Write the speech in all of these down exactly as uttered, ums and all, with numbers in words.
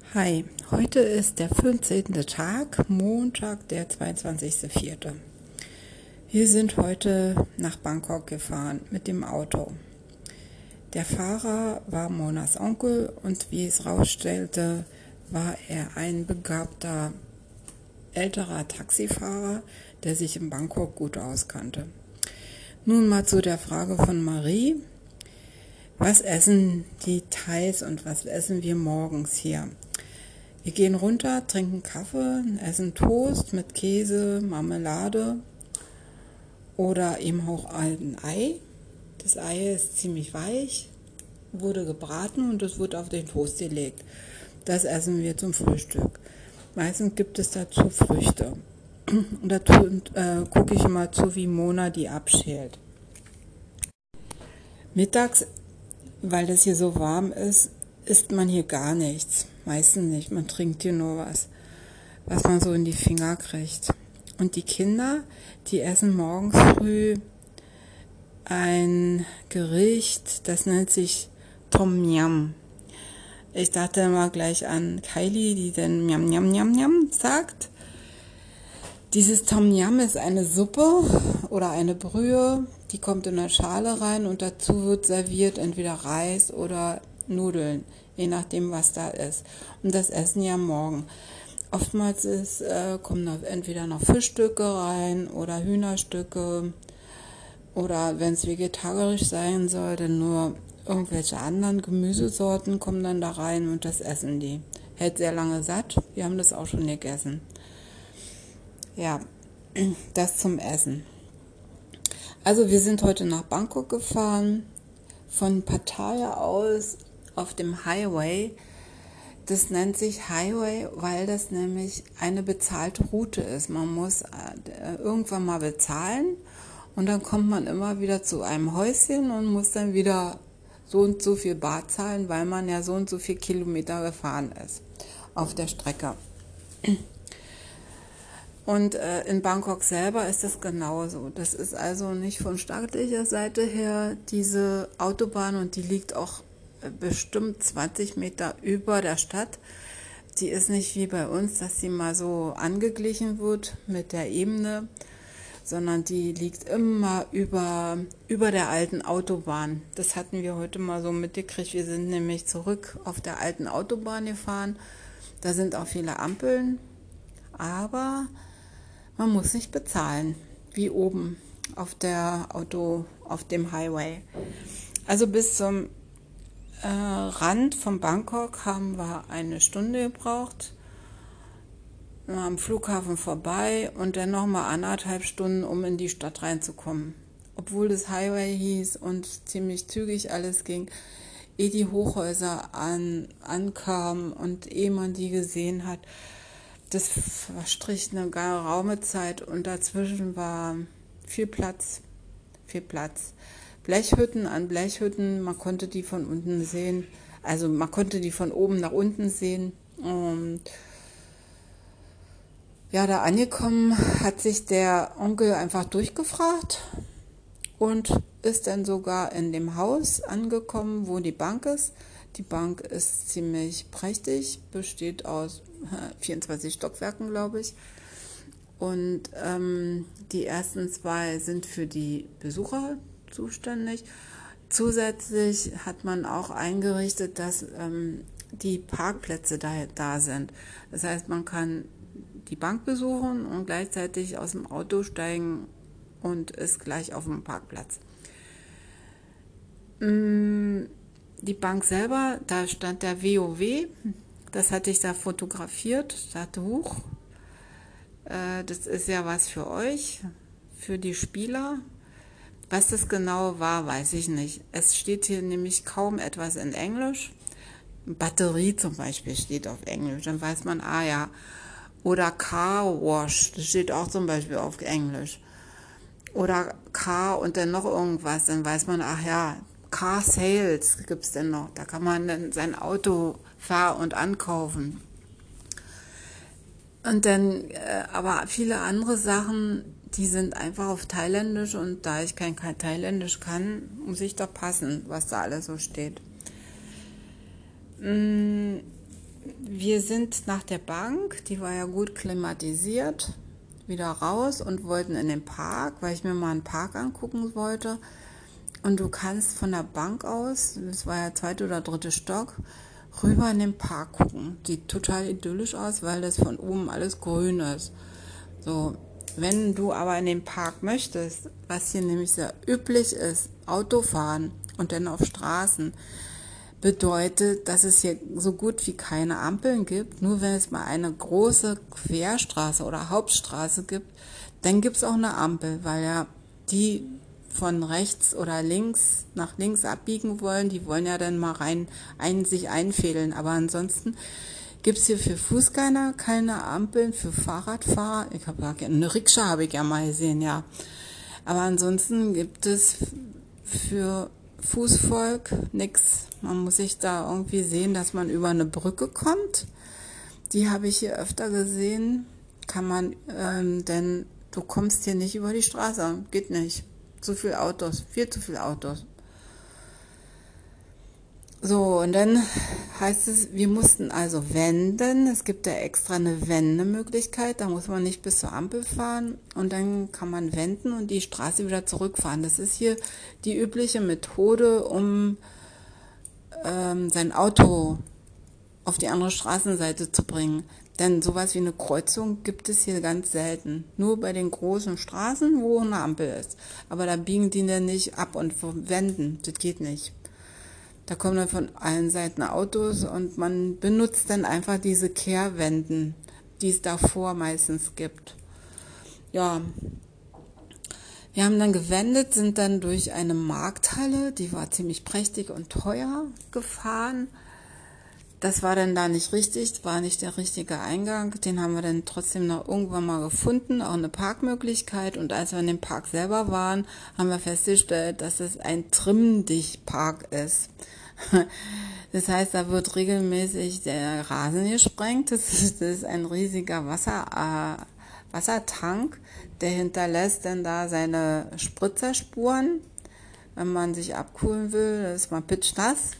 Hi, heute ist der fünfzehnte Tag, Montag, der zweiundzwanzigste vierte Wir sind heute nach Bangkok gefahren mit dem Auto. Der Fahrer war Monas Onkel und wie es rausstellte, war er ein begabter älterer Taxifahrer, der sich in Bangkok gut auskannte. Nun mal zu der Frage von Marie. Was essen die Thais und was essen wir morgens hier? Wir gehen runter, trinken Kaffee, essen Toast mit Käse, Marmelade oder eben auch ein Ei. Das Ei ist ziemlich weich, wurde gebraten und es wird auf den Toast gelegt. Das essen wir zum Frühstück. Meistens gibt es dazu Früchte. Und da äh, gucke ich immer zu, wie Mona die abschält. Mittags, weil das hier so warm ist, isst man hier gar nichts. Meistens nicht. Man trinkt hier nur was, was man so in die Finger kriegt. Und die Kinder, die essen morgens früh ein Gericht, das nennt sich Tom Yum. Ich dachte immer gleich an Kylie, die dann Yum Yum Yum Yum sagt. Dieses Tom Yum ist eine Suppe oder eine Brühe, die kommt in eine Schale rein und dazu wird serviert entweder Reis oder Nudeln, je nachdem, was da ist. Und das essen ja morgen. Oftmals ist, äh, kommen da entweder noch Fischstücke rein oder Hühnerstücke oder wenn es vegetarisch sein soll, dann nur irgendwelche anderen Gemüsesorten kommen dann da rein und das essen die. Hält sehr lange satt. Wir haben das auch schon gegessen. Ja, das zum Essen. Also wir sind heute nach Bangkok gefahren, von Pattaya aus auf dem Highway. Das nennt sich Highway, weil das nämlich eine bezahlte Route ist. Man muss äh, irgendwann mal bezahlen und dann kommt man immer wieder zu einem Häuschen und muss dann wieder so und so viel Bar zahlen, weil man ja so und so viel Kilometer gefahren ist auf der Strecke. Und äh, in Bangkok selber ist das genauso. Das ist also nicht von staatlicher Seite her diese Autobahn und die liegt auch äh, bestimmt zwanzig Meter über der Stadt. Die ist nicht wie bei uns, dass sie mal so angeglichen wird mit der Ebene, sondern die liegt immer über, über der alten Autobahn. Das hatten wir heute mal so mitgekriegt. Wir sind nämlich zurück auf der alten Autobahn gefahren. Da sind auch viele Ampeln, aber man muss nicht bezahlen, wie oben auf der Auto, auf dem Highway. Also bis zum äh, Rand von Bangkok haben wir eine Stunde gebraucht. Wir waren am Flughafen vorbei und dann nochmal anderthalb Stunden, um in die Stadt reinzukommen. Obwohl das Highway hieß und ziemlich zügig alles ging, ehe die Hochhäuser an, ankamen und ehe man die gesehen hat. Das verstrich eine geraume Zeit und dazwischen war viel Platz, viel Platz. Blechhütten an Blechhütten, man konnte die von unten sehen, also man konnte die von oben nach unten sehen. Und ja, da angekommen hat sich der Onkel einfach durchgefragt und ist dann sogar in dem Haus angekommen, wo die Bank ist. Die Bank ist ziemlich prächtig, besteht aus vierundzwanzig Stockwerken, glaube ich. Und ähm, die ersten zwei sind für die Besucher zuständig. Zusätzlich hat man auch eingerichtet, dass ähm, die Parkplätze da, da sind. Das heißt, man kann die Bank besuchen und gleichzeitig aus dem Auto steigen und ist gleich auf dem Parkplatz. Mm, Die Bank selber, da stand der W O W, das hatte ich da fotografiert, ich dachte, huch, äh, das ist ja was für euch, für die Spieler. Was das genau war, weiß ich nicht. Es steht hier nämlich kaum etwas in Englisch. Batterie zum Beispiel steht auf Englisch, dann weiß man, ah ja. Oder Car Wash, das steht auch zum Beispiel auf Englisch. Oder Car und dann noch irgendwas, dann weiß man, ach ja, Car Sales gibt es denn noch. Da kann man dann sein Auto fahr- und ankaufen. Und dann, äh, aber viele andere Sachen, die sind einfach auf Thailändisch und da ich kein, kein Thailändisch kann, muss ich doch passen, was da alles so steht. Mm, wir sind nach der Bank, die war ja gut klimatisiert, wieder raus und wollten in den Park, weil ich mir mal einen Park angucken wollte. Und du kannst von der Bank aus, das war ja zweite oder dritte Stock, rüber in den Park gucken. Sieht total idyllisch aus, weil das von oben alles grün ist. So, wenn du aber in den Park möchtest, was hier nämlich sehr üblich ist, Autofahren und dann auf Straßen, bedeutet, dass es hier so gut wie keine Ampeln gibt. Nur wenn es mal eine große Querstraße oder Hauptstraße gibt, dann gibt es auch eine Ampel, weil ja die von rechts oder links nach links abbiegen wollen, die wollen ja dann mal rein ein, sich einfädeln. Aber ansonsten gibt es hier für Fußgänger keine Ampeln, für Fahrradfahrer. Ich habe ja eine Rikscha habe ich ja mal gesehen, ja. Aber ansonsten gibt es für Fußvolk nix. Man muss sich da irgendwie sehen, dass man über eine Brücke kommt. Die habe ich hier öfter gesehen. Kann man, ähm, denn du kommst hier nicht über die Straße. Geht nicht. Zu viel Autos, viel zu viel Autos. So, und dann heißt es, wir mussten also wenden. Es gibt ja extra eine Wendemöglichkeit. Da muss man nicht bis zur Ampel fahren. Und dann kann man wenden und die Straße wieder zurückfahren. Das ist hier die übliche Methode, um ähm, sein Auto auf die andere Straßenseite zu bringen. Denn sowas wie eine Kreuzung gibt es hier ganz selten. Nur bei den großen Straßen, wo eine Ampel ist. Aber da biegen die dann nicht ab und wenden. Das geht nicht. Da kommen dann von allen Seiten Autos und man benutzt dann einfach diese Kehrwenden, die es davor meistens gibt. Ja, wir haben dann gewendet, sind dann durch eine Markthalle, die war ziemlich prächtig und teuer, gefahren. Das war dann da nicht richtig, war nicht der richtige Eingang. Den haben wir dann trotzdem noch irgendwann mal gefunden, auch eine Parkmöglichkeit. Und als wir in dem Park selber waren, haben wir festgestellt, dass es ein Trimm-Dich-Park ist. Das heißt, da wird regelmäßig der Rasen gesprengt. Das ist, das ist ein riesiger Wasser, äh, Wassertank, der hinterlässt dann da seine Spritzerspuren, wenn man sich abkühlen will. Das ist mal pitschnass.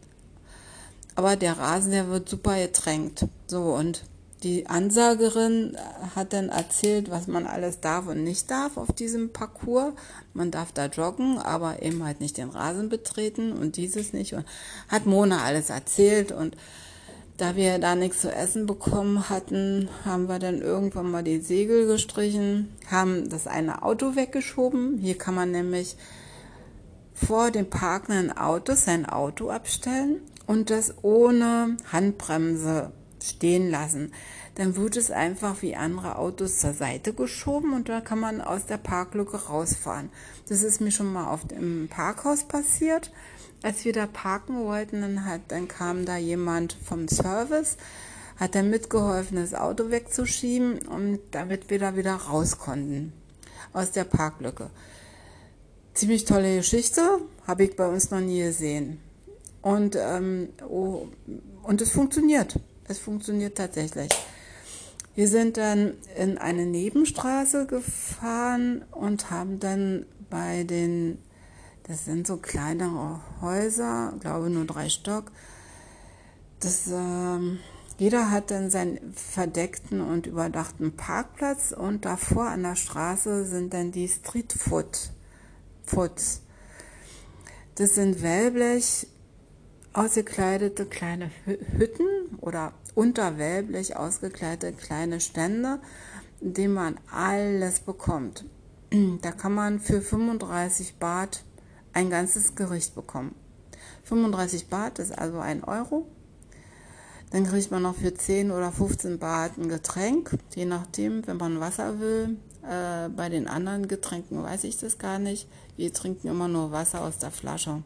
Aber der Rasen, der wird super getränkt. So, und die Ansagerin hat dann erzählt, was man alles darf und nicht darf auf diesem Parcours. Man darf da joggen, aber eben halt nicht den Rasen betreten und dieses nicht. Und hat Mona alles erzählt. Und da wir da nichts zu essen bekommen hatten, haben wir dann irgendwann mal die Segel gestrichen, haben das eine Auto weggeschoben. Hier kann man nämlich vor dem parkenden Auto sein Auto abstellen und das ohne Handbremse stehen lassen. Dann wird es einfach wie andere Autos zur Seite geschoben und da kann man aus der Parklücke rausfahren. Das ist mir schon mal auf dem Parkhaus passiert. Als wir da parken wollten, dann, hat, dann kam da jemand vom Service, hat dann mitgeholfen, das Auto wegzuschieben und damit wir da wieder raus konnten aus der Parklücke. Ziemlich tolle Geschichte, habe ich bei uns noch nie gesehen. Und, ähm, oh, und es funktioniert. Es funktioniert tatsächlich. Wir sind dann in eine Nebenstraße gefahren und haben dann bei den, das sind so kleinere Häuser, glaube nur drei Stock, das, ähm, jeder hat dann seinen verdeckten und überdachten Parkplatz und davor an der Straße sind dann die Streetfood. Foods. Das sind Wellblech ausgekleidete kleine Hütten oder unter Wellblech ausgekleidete kleine Stände, in denen man alles bekommt. Da kann man für fünfunddreißig Baht ein ganzes Gericht bekommen. fünfunddreißig Baht ist also ein Euro. Dann kriegt man noch für zehn oder fünfzehn Baht ein Getränk, je nachdem, wenn man Wasser will. Äh, bei den anderen Getränken weiß ich das gar nicht. Wir trinken immer nur Wasser aus der Flasche.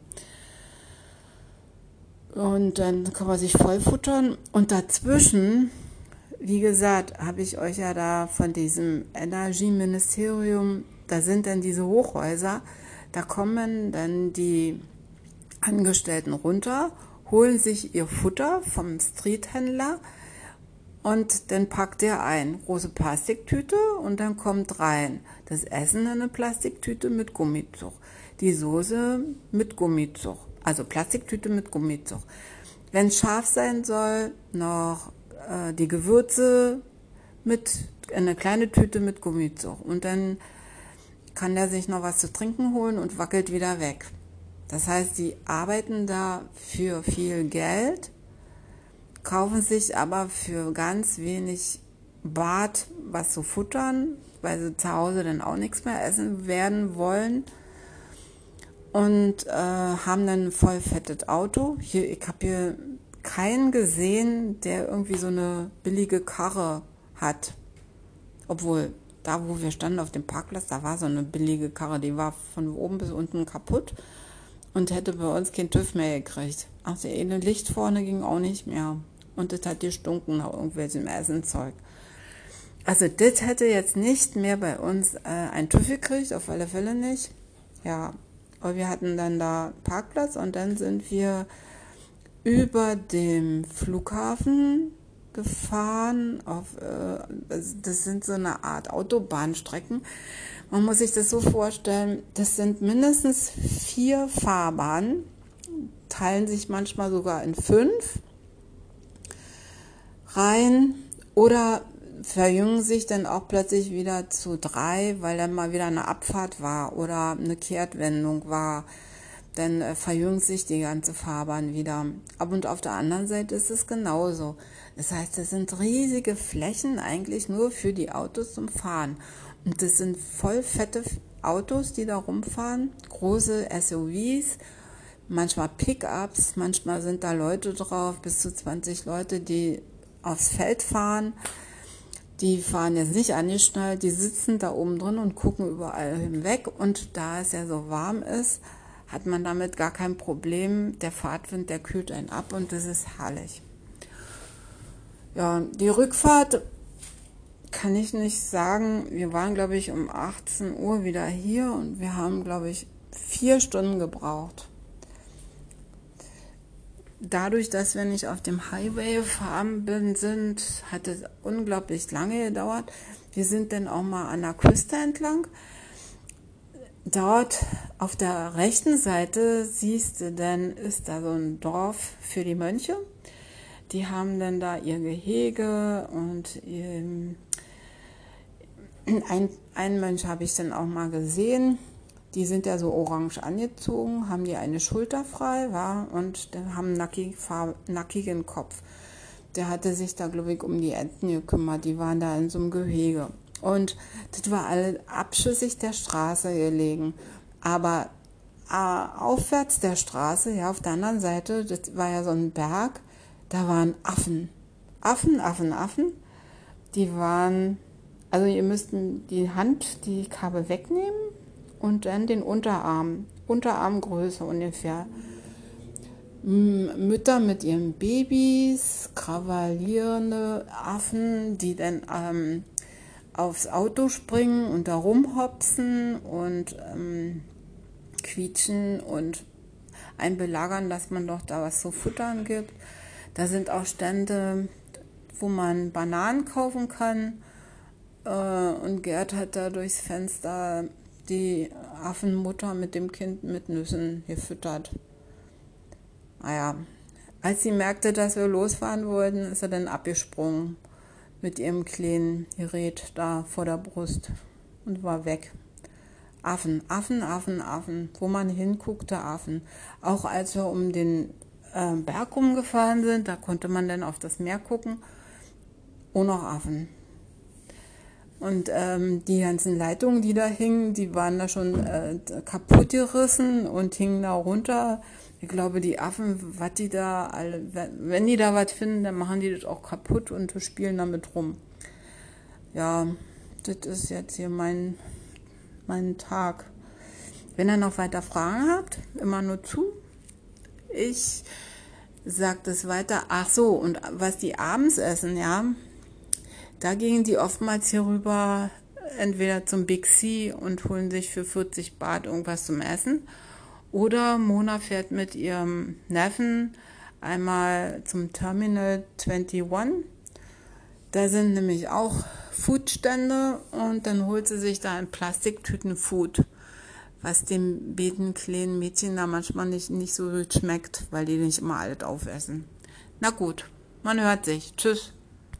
Und dann kann man sich vollfuttern. Und dazwischen, wie gesagt, habe ich euch ja da von diesem Energieministerium, da sind dann diese Hochhäuser, da kommen dann die Angestellten runter, holen sich ihr Futter vom Streethändler und dann packt der ein, große Plastiktüte und dann kommt rein das Essen in eine Plastiktüte mit Gummizug, die Soße mit Gummizug, also Plastiktüte mit Gummizug. Wenn es scharf sein soll, noch äh, die Gewürze mit, eine kleine Tüte mit Gummizug. Und dann kann der sich noch was zu trinken holen und wackelt wieder weg. Das heißt, die arbeiten da für viel Geld, kaufen sich aber für ganz wenig Baht was zu futtern, weil sie zu Hause dann auch nichts mehr essen werden wollen. Und äh, haben dann ein voll fettes Auto. Hier, ich habe hier keinen gesehen, der irgendwie so eine billige Karre hat. Obwohl, da wo wir standen auf dem Parkplatz, da war so eine billige Karre, die war von oben bis unten kaputt und hätte bei uns kein TÜV mehr gekriegt. Ach, der eine Licht vorne ging auch nicht mehr. Und das hat gestunken nach irgendwelchem Essenzeug. Also das hätte jetzt nicht mehr bei uns äh, ein TÜV gekriegt, auf alle Fälle nicht. Ja, aber wir hatten dann da Parkplatz und dann sind wir über dem Flughafen gefahren. Auf, äh, das sind so eine Art Autobahnstrecken. Man muss sich das so vorstellen, das sind mindestens vier Fahrbahnen, teilen sich manchmal sogar in fünf Reihen oder verjüngen sich dann auch plötzlich wieder zu drei, weil dann mal wieder eine Abfahrt war oder eine Kehrtwendung war. Dann äh, verjüngt sich die ganze Fahrbahn wieder. Aber und auf der anderen Seite ist es genauso. Das heißt, das sind riesige Flächen eigentlich nur für die Autos zum Fahren. Und das sind voll fette Autos, die da rumfahren, große S U Vs, manchmal Pickups, manchmal sind da Leute drauf, bis zu zwanzig Leute, die aufs Feld fahren. Die fahren jetzt nicht angeschnallt, die sitzen da oben drin und gucken überall hinweg. Und da es ja so warm ist, hat man damit gar kein Problem. Der Fahrtwind, der kühlt einen ab und das ist herrlich. Ja, die Rückfahrt kann ich nicht sagen. Wir waren, glaube ich, um achtzehn Uhr wieder hier und wir haben, glaube ich, vier Stunden gebraucht. Dadurch, dass wir nicht auf dem Highway gefahren bin, sind, hat es unglaublich lange gedauert. Wir sind dann auch mal an der Küste entlang. Dort auf der rechten Seite siehst du, dann ist da so ein Dorf für die Mönche. Die haben dann da ihr Gehege und ihr, ein, einen Mönch habe ich dann auch mal gesehen. Die sind ja so orange angezogen, haben die eine Schulter frei, war und haben einen nackig, nackigen Kopf. Der hatte sich da, glaube ich, um die Enten gekümmert. Die waren da in so einem Gehege. Und das war alle abschüssig der Straße gelegen. Aber äh, aufwärts der Straße, ja, auf der anderen Seite, das war ja so ein Berg, da waren Affen. Affen, Affen, Affen. Die waren, also ihr müsst die Hand, die Kabel wegnehmen. Und dann den Unterarm, Unterarmgröße ungefähr. Mütter mit ihren Babys, krawallierende Affen, die dann ähm, aufs Auto springen und da rumhopsen und ähm, quietschen und einen belagern, dass man doch da was zu futtern gibt. Da sind auch Stände, wo man Bananen kaufen kann. Äh, und Gerd hat da durchs Fenster die Affenmutter mit dem Kind mit Nüssen gefüttert. Naja, als sie merkte, dass wir losfahren wollten, ist er dann abgesprungen mit ihrem kleinen Gerät da vor der Brust und war weg. Affen, Affen, Affen, Affen. Wo man hinguckte, Affen. Auch als wir um den äh, Berg rumgefahren sind, da konnte man dann auf das Meer gucken. Auch noch Affen. Und ähm, die ganzen Leitungen, die da hingen, die waren da schon äh, kaputt gerissen und hingen da runter. Ich glaube, die Affen, was die da alle, wenn die da was finden, dann machen die das auch kaputt und spielen damit rum. Ja, das ist jetzt hier mein, mein Tag. Wenn ihr noch weiter Fragen habt, immer nur zu. Ich sag das weiter. Ach so, und was die abends essen, ja, da gingen die oftmals hier rüber, entweder zum Big C und holen sich für vierzig Baht irgendwas zum Essen. Oder Mona fährt mit ihrem Neffen einmal zum Terminal einundzwanzig. Da sind nämlich auch Foodstände und dann holt sie sich da in Plastiktüten Food, was dem beten kleinen Mädchen da manchmal nicht, nicht so schmeckt, weil die nicht immer alles aufessen. Na gut, man hört sich. Tschüss.